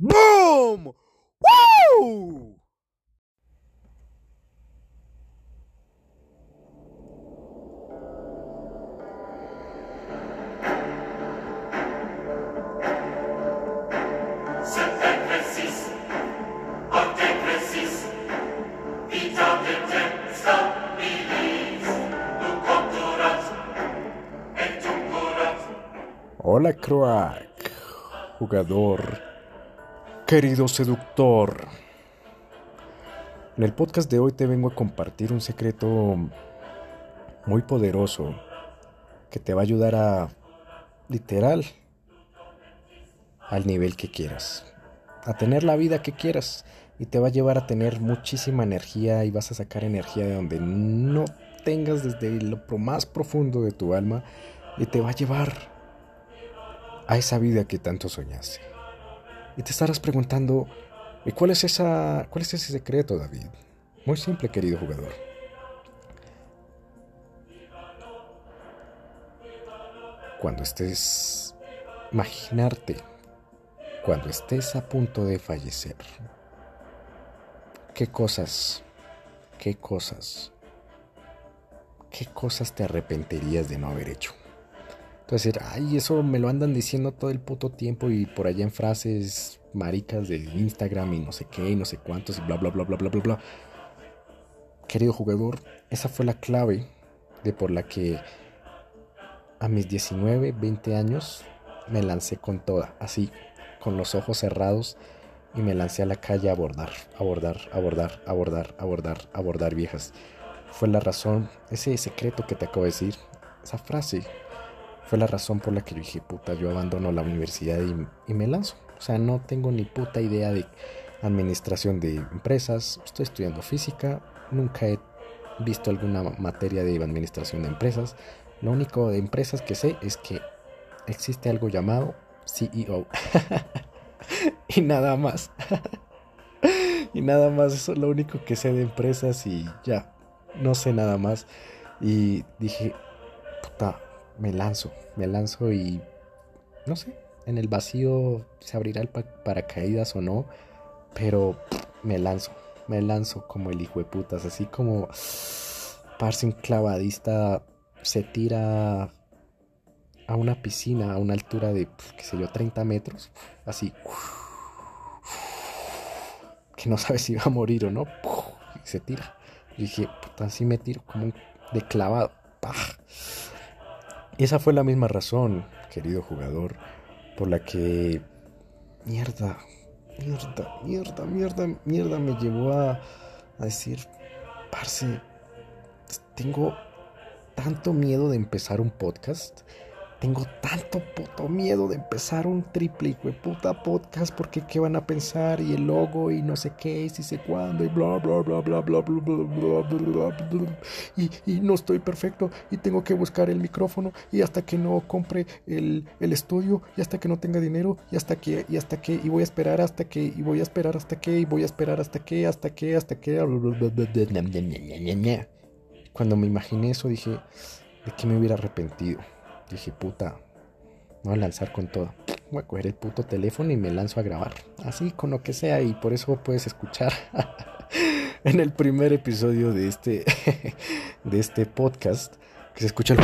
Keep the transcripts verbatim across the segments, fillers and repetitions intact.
¡Boom! ¡Woo! Hola crack, jugador, querido seductor. En el podcast de hoy te vengo a compartir un secreto muy poderoso que te va a ayudar a, literal, al nivel que quieras, a tener la vida que quieras, y te va a llevar a tener muchísima energía y vas a sacar energía de donde no tengas desde lo más profundo de tu alma y te va a llevar a esa vida que tanto soñaste. Y te estarás preguntando, ¿y cuál es esa, cuál es ese secreto, David? Muy simple, querido jugador. Cuando estés, imaginarte, cuando estés a punto de fallecer, ¿qué cosas, qué cosas, qué cosas te arrepentirías de no haber hecho? Entonces, ay, eso me lo andan diciendo todo el puto tiempo y por allá en frases maricas de Instagram y no sé qué y no sé cuántos y bla bla bla bla bla bla bla. Querido jugador, esa fue la clave de por la que a mis diecinueve, veinte años me lancé con toda, así, con los ojos cerrados, y me lancé a la calle a abordar, abordar, abordar, abordar, abordar, abordar viejas. Fue la razón, ese secreto que te acabo de decir, esa frase, fue la razón por la que yo dije, puta, yo abandono la universidad y, y me lanzo. O sea, no tengo ni puta idea de administración de empresas, estoy estudiando física, nunca he visto alguna materia de administración de empresas. Lo único de empresas que sé es que existe algo llamado C E O. Y nada más. Y nada más, eso es lo único que sé de empresas y ya, no sé nada más. Y dije, puta, me lanzo, me lanzo y no sé, en el vacío se abrirá el pa- paracaídas o no, pero me lanzo, me lanzo como el hijo de putas, así como parce un clavadista se tira a una piscina a una altura de, qué sé yo, treinta metros, así, que no sabe si va a morir o no, y se tira. Y dije, puta, así me tiro como un de clavado. Y esa fue la misma razón, querido jugador, por la que mierda, mierda, mierda, mierda, mierda me llevó a, a decir, parce, tengo tanto miedo de empezar un podcast. Tengo tanto puto miedo de empezar un triple hijo de puta podcast porque qué van a pensar y el logo y no sé qué y si sé cuándo y bla bla bla bla bla bla bla bla bla bla y, y no estoy perfecto y tengo que buscar el micrófono y hasta que no compre el, el estudio y hasta que no tenga dinero y hasta que y hasta que y voy a esperar hasta que y voy a esperar hasta que y voy a esperar hasta que hasta que hasta que cuando me imaginé eso dije de qué me hubiera arrepentido. Dije, puta, me voy a lanzar con todo. Voy a coger el puto teléfono y me lanzo a grabar. Así, con lo que sea. Y por eso puedes escuchar en el primer episodio de este, de este podcast que se escucha el...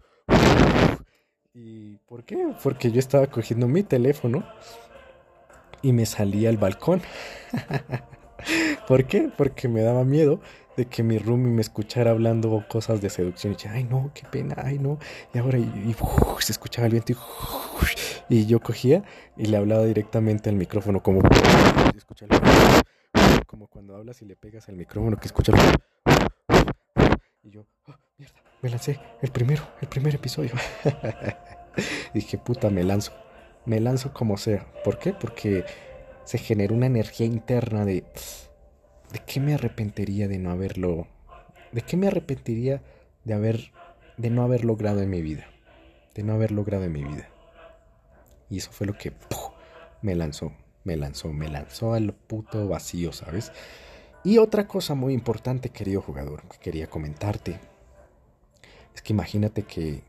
¿Y por qué? Porque yo estaba cogiendo mi teléfono y me salí al balcón. ¿Por qué? Porque me daba miedo de que mi roomie me escuchara hablando cosas de seducción. Y dije, ay no, qué pena, ay no. Y ahora y, y, uf, se escuchaba el viento y, uf, y yo cogía y le hablaba directamente al micrófono como, escuchaba el, como cuando hablas y le pegas al micrófono que escucha el, y yo, oh, mierda, me lancé el primero, el primer episodio. Y dije, puta, me lanzo, me lanzo como sea. ¿Por qué? Porque se generó una energía interna de ¿de qué me arrepentiría de no haberlo? ¿De qué me arrepentiría de haber de no haber logrado en mi vida? De no haber logrado en mi vida. Y eso fue lo que ¡puf! me lanzó, me lanzó, me lanzó al puto vacío, ¿sabes? Y otra cosa muy importante, querido jugador, que quería comentarte, es que imagínate que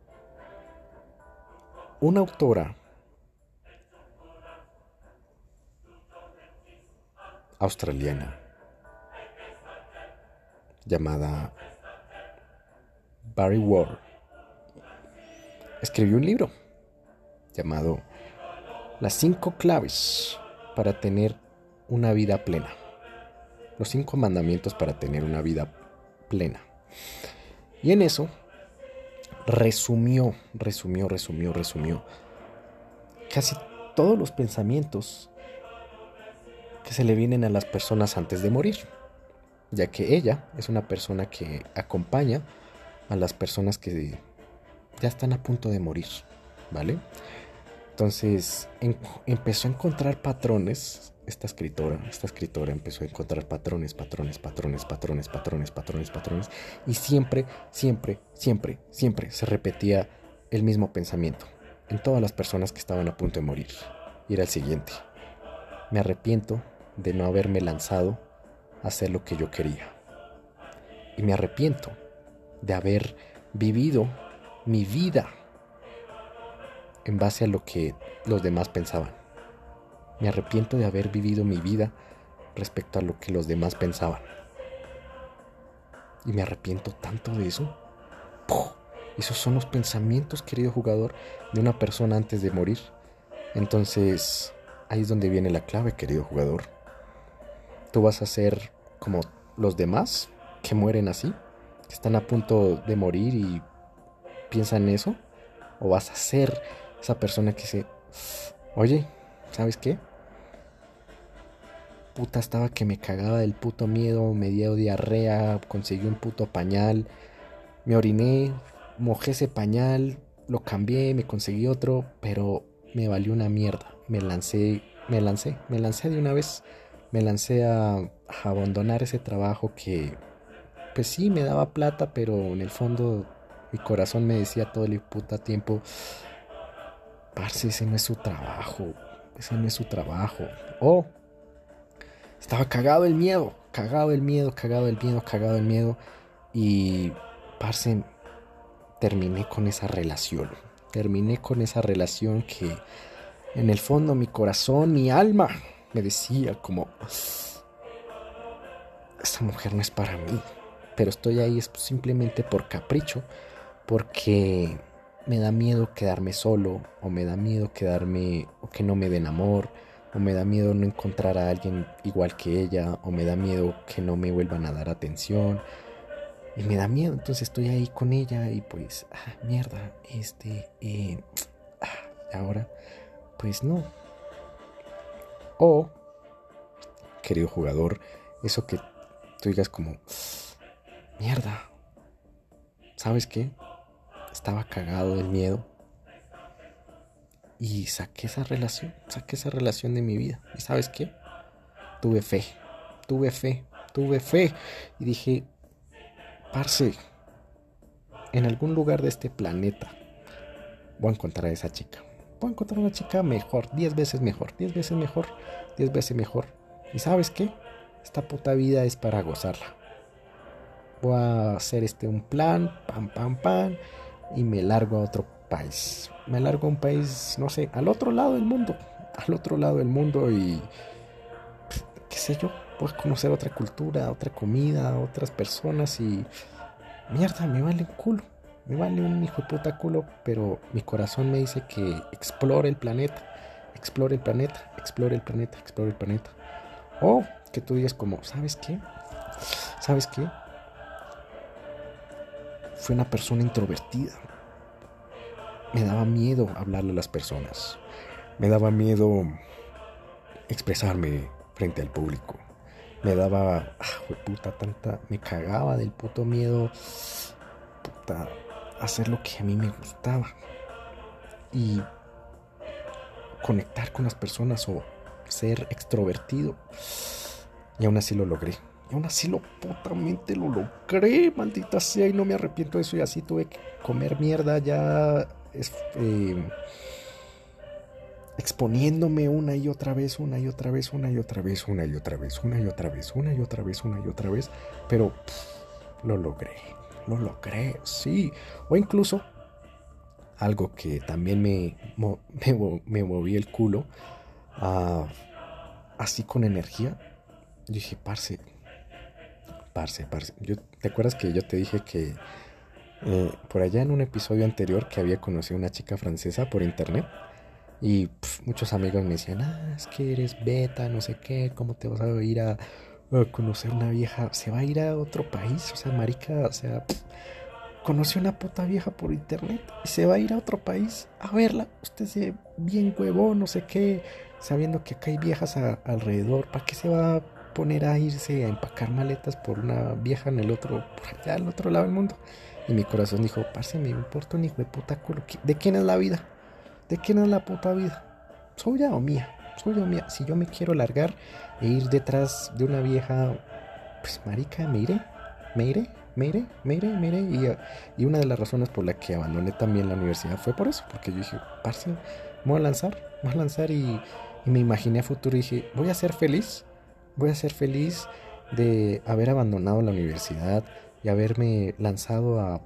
una autora australiana llamada Barry Ward escribió un libro llamado Las cinco claves para tener una vida plena. Los cinco mandamientos para tener una vida plena. Y en eso resumió, resumió, resumió, resumió casi todos los pensamientos que se le vienen a las personas antes de morir, ya que ella es una persona que acompaña a las personas que ya están a punto de morir, ¿vale? Entonces en, empezó a encontrar patrones, esta escritora, esta escritora empezó a encontrar patrones, patrones, patrones, patrones, patrones, patrones, patrones, y siempre, siempre, siempre, siempre se repetía el mismo pensamiento en todas las personas que estaban a punto de morir. Y era el siguiente: me arrepiento de no haberme lanzado a hacer lo que yo quería. Y me arrepiento de haber vivido mi vida en base a lo que los demás pensaban. Me arrepiento de haber vivido mi vida respecto a lo que los demás pensaban. Y me arrepiento tanto de eso. ¡Puh! Esos son los pensamientos, querido jugador, de una persona antes de morir. Entonces, ahí es donde viene la clave, querido jugador. Tú vas a ser como los demás que mueren así, que están a punto de morir y piensan eso. O vas a ser esa persona que dice: oye, ¿sabes qué? Puta, estaba que me cagaba del puto miedo, me dio diarrea, conseguí un puto pañal, me oriné, mojé ese pañal, lo cambié, me conseguí otro, pero me valió una mierda. Me lancé, me lancé, me lancé de una vez, me lancé a, a abandonar ese trabajo que, pues sí, me daba plata, pero en el fondo mi corazón me decía todo el puta tiempo: parce, ese no es su trabajo, ese no es su trabajo. Oh, estaba cagado el miedo, cagado el miedo, cagado el miedo, cagado el miedo. Y, parce, terminé con esa relación. Terminé con esa relación que en el fondo mi corazón, mi alma me decía como: esta mujer no es para mí. Pero estoy ahí es simplemente por capricho, porque me da miedo quedarme solo, o me da miedo quedarme, o que no me den amor, o me da miedo no encontrar a alguien igual que ella, o me da miedo que no me vuelvan a dar atención, y me da miedo. Entonces estoy ahí con ella y pues, ah, mierda, este, eh, ah, ahora, pues no. O, querido jugador, eso que tú digas como: mierda, ¿sabes qué? Estaba cagado del miedo y saqué esa relación, saqué esa relación de mi vida. ¿Y sabes qué? Tuve fe, tuve fe, tuve fe. Y dije: parce, en algún lugar de este planeta voy a encontrar a esa chica. Voy a encontrar una chica mejor, diez veces mejor, diez veces mejor, diez veces mejor. ¿Y sabes qué? Esta puta vida es para gozarla. Voy a hacer este un plan, pam, pam, pam, y me largo a otro país. Me largo a un país, no sé, al otro lado del mundo. Al otro lado del mundo y, qué sé yo, voy a conocer otra cultura, otra comida, otras personas y... mierda, me vale un culo. Me vale un hijo de puta culo, pero mi corazón me dice que explore el planeta. Explore el planeta, explore el planeta, explore el planeta. O que tú digas como: ¿sabes qué? ¿Sabes qué? Fui una persona introvertida. Me daba miedo hablarle a las personas. Me daba miedo expresarme frente al público. Me daba, ah, puta, tanta, me cagaba del puto miedo, puta, hacer lo que a mí me gustaba y conectar con las personas o ser extrovertido. Y aún así lo logré. Y aún así lo putamente lo logré, maldita sea, y no me arrepiento de eso. Y así tuve que comer mierda ya, es, eh, exponiéndome una y otra vez, una y otra vez, una y otra vez, una y otra vez, una y otra vez, una y otra vez, una y otra vez. Pero pff, lo logré, lo logré, sí. O incluso algo que también me, me, me moví el culo, uh, así con energía. Yo dije, parce, parce, parce. Yo, ¿te acuerdas que yo te dije que eh, por allá en un episodio anterior que había conocido a una chica francesa por internet? Y pf, muchos amigos me decían, ah, es que eres beta, no sé qué, ¿cómo te vas a ir a, a conocer una vieja? ¿Se va a ir a otro país? O sea, marica, o sea, pf, conoció una puta vieja por internet y se va a ir a otro país a verla. Usted se bien huevón, no sé qué, sabiendo que acá hay viejas a- alrededor. ¿Para qué se va a poner a irse a empacar maletas por una vieja en el otro, por allá al otro lado del mundo? Y mi corazón dijo, parce, me importa un hijo de puta culo. ¿De quién es la vida? ¿De quién es la puta vida? ¿Suya o mía? ¿Suya o mía? Si yo me quiero largar e ir detrás de una vieja, pues marica, me iré, me iré, me iré, me iré, me iré. Y, y una de las razones por la que abandoné también la universidad fue por eso, porque yo dije, parce, me voy a lanzar, me voy a lanzar y, y me imaginé a futuro y dije, voy a ser feliz, voy a ser feliz de haber abandonado la universidad y haberme lanzado a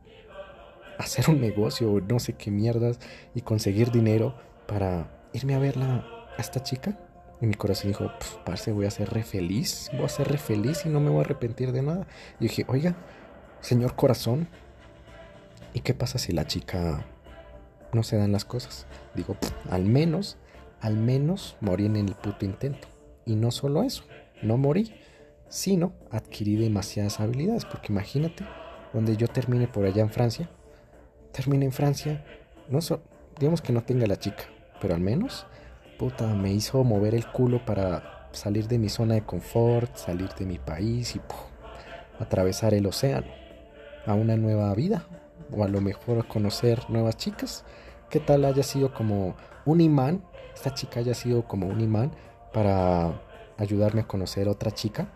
hacer un negocio, no sé qué mierdas, y conseguir dinero para irme a verla a esta chica. Y mi corazón dijo, parce, voy a ser re feliz, voy a ser re feliz y no me voy a arrepentir de nada. Y dije, oiga, señor corazón, ¿y qué pasa si la chica no se dan las cosas? Digo, al menos, al menos morí en el puto intento. Y no solo eso, no morí, sino adquirí demasiadas habilidades. Porque imagínate, donde yo termine por allá en Francia, termine en Francia, no so, digamos que no tenga la chica, pero al menos, puta, me hizo mover el culo para salir de mi zona de confort, salir de mi país y puf, atravesar el océano a una nueva vida, o a lo mejor a conocer nuevas chicas. ¿Qué tal haya sido como un imán? Esta chica haya sido como un imán para ayudarme a conocer otra chica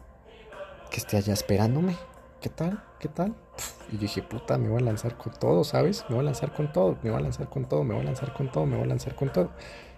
que esté allá esperándome. ¿Qué tal? ¿Qué tal? Y yo dije, puta, me voy a lanzar con todo, ¿sabes? Me voy a lanzar con todo, me voy a lanzar con todo, me voy a lanzar con todo, me voy a lanzar con todo.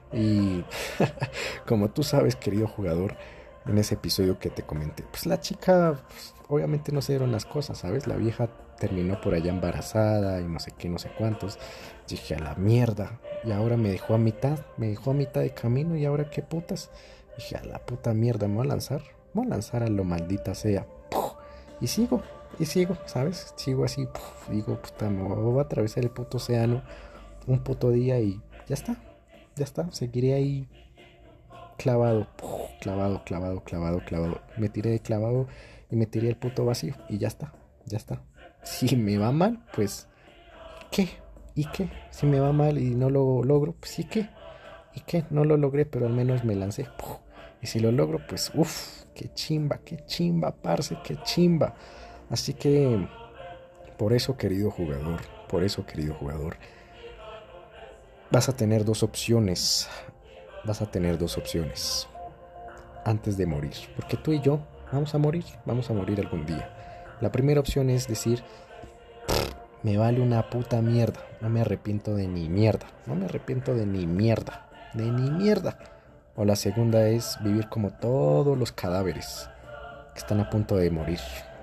Y como tú sabes, querido jugador, en ese episodio que te comenté, pues la chica, pues, obviamente no se dieron las cosas, ¿sabes? La vieja terminó por allá embarazada y no sé qué, no sé cuántos. Dije, a la mierda. Y ahora me dejó a mitad, me dejó a mitad de camino y ahora qué putas. Dije, a la puta mierda, me voy a lanzar, me voy a lanzar a lo maldita sea. Y sigo, y sigo, ¿sabes? Sigo así, puf, digo, puta, me voy a atravesar el puto océano un puto día y ya está, ya está, seguiré ahí clavado, puf, clavado, clavado, clavado, clavado. Me tiré de clavado y me tiré el puto vacío y ya está, ya está. Si me va mal, pues, ¿qué? ¿Y qué? Si me va mal y no lo logro, pues sí, ¿qué? ¿Y qué? No lo logré, pero al menos me lancé. Puf. Y si lo logro, pues, uff, qué chimba, qué chimba, parce, qué chimba. Así que por eso, querido jugador, por eso, querido jugador, vas a tener dos opciones. Vas a tener dos opciones antes de morir. Porque tú y yo vamos a morir, vamos a morir algún día. La primera opción es decir, me vale una puta mierda. No me arrepiento de ni mierda. No me arrepiento de ni mierda. De ni mierda. O la segunda es vivir como todos los cadáveres que están a punto de morir.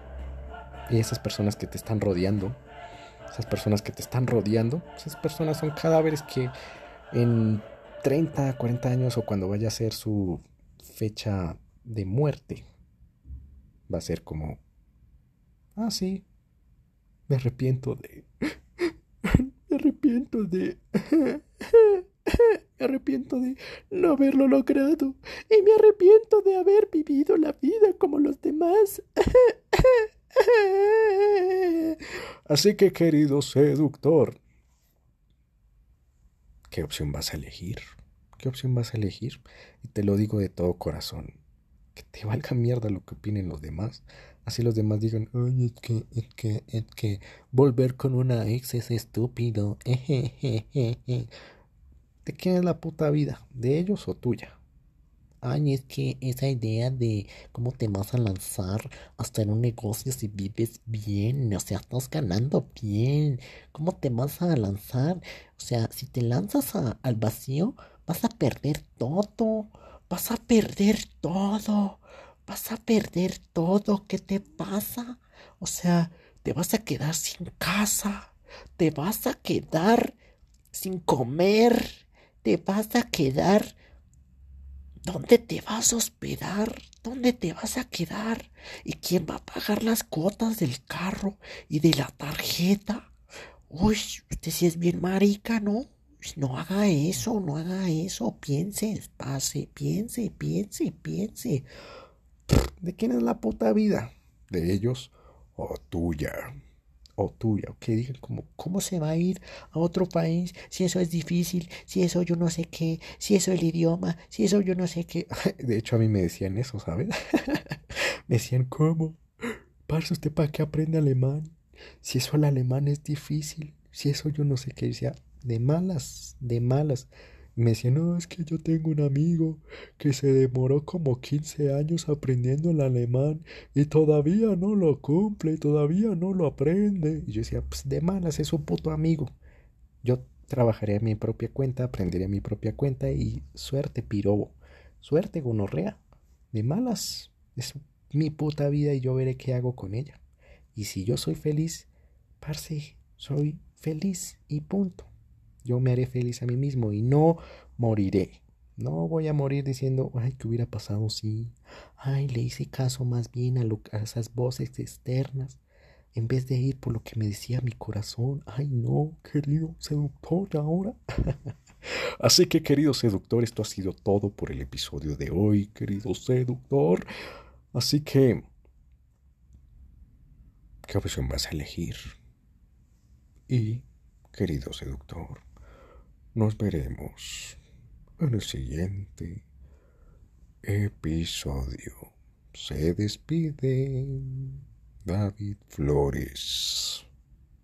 Y esas personas que te están rodeando, esas personas que te están rodeando, esas personas son cadáveres que en treinta, cuarenta años o cuando vaya a ser su fecha de muerte, va a ser como, ah, sí, me arrepiento de, me arrepiento de, me arrepiento de no haberlo logrado y me arrepiento de haber vivido la vida como los demás. Así que, querido seductor, ¿qué opción vas a elegir? ¿Qué opción vas a elegir? Y te lo digo de todo corazón. Que te valga mierda lo que opinen los demás. Así los demás digan, ay, es que, es que, es que volver con una ex es estúpido. ¿De quién es la puta vida? ¿De ellos o tuya? Ay, es que esa idea de cómo te vas a lanzar hasta en un negocio si vives bien, o sea, estás ganando bien, ¿cómo te vas a lanzar? O sea, si te lanzas a- al vacío, vas a perder todo, vas a perder todo, vas a perder todo, ¿qué te pasa? O sea, te vas a quedar sin casa, te vas a quedar sin comer, te vas a quedar ¿Dónde te vas a hospedar? ¿Dónde te vas a quedar? ¿Y quién va a pagar las cuotas del carro y de la tarjeta? Uy, usted sí es bien marica, ¿no? No haga eso, no haga eso. Piense, pase, piense, piense, piense. ¿De quién es la puta vida? ¿De ellos o tuya? O tuya, que digan como, ¿cómo se va a ir a otro país si eso es difícil, si eso yo no sé qué, si eso el idioma, si eso yo no sé qué? De hecho, a mí me decían eso, ¿sabes? Me decían, ¿cómo? Parce, ¿usted para qué aprende alemán? Si eso el alemán es difícil, si eso yo no sé qué. Decía, de malas, de malas. Y me decía, no, es que yo tengo un amigo que se demoró como quince años aprendiendo el alemán y todavía no lo cumple, y todavía no lo aprende. Y yo decía, pues de malas, es un puto amigo. Yo trabajaré a mi propia cuenta, aprenderé a mi propia cuenta y suerte, pirobo. Suerte, gonorrea. De malas. Es mi puta vida y yo veré qué hago con ella. Y si yo soy feliz, parce, soy feliz y punto. Yo me haré feliz a mí mismo y no moriré. No voy a morir diciendo, ay, ¿qué hubiera pasado si? Ay, le hice caso más bien a, lo, a esas voces externas en vez de ir por lo que me decía mi corazón. Ay, no, querido seductor, ¿y ahora? Así que, querido seductor, esto ha sido todo por el episodio de hoy, querido seductor. Así que, ¿qué opción vas a elegir? Y, querido seductor, nos veremos en el siguiente episodio. Se despide David Flores.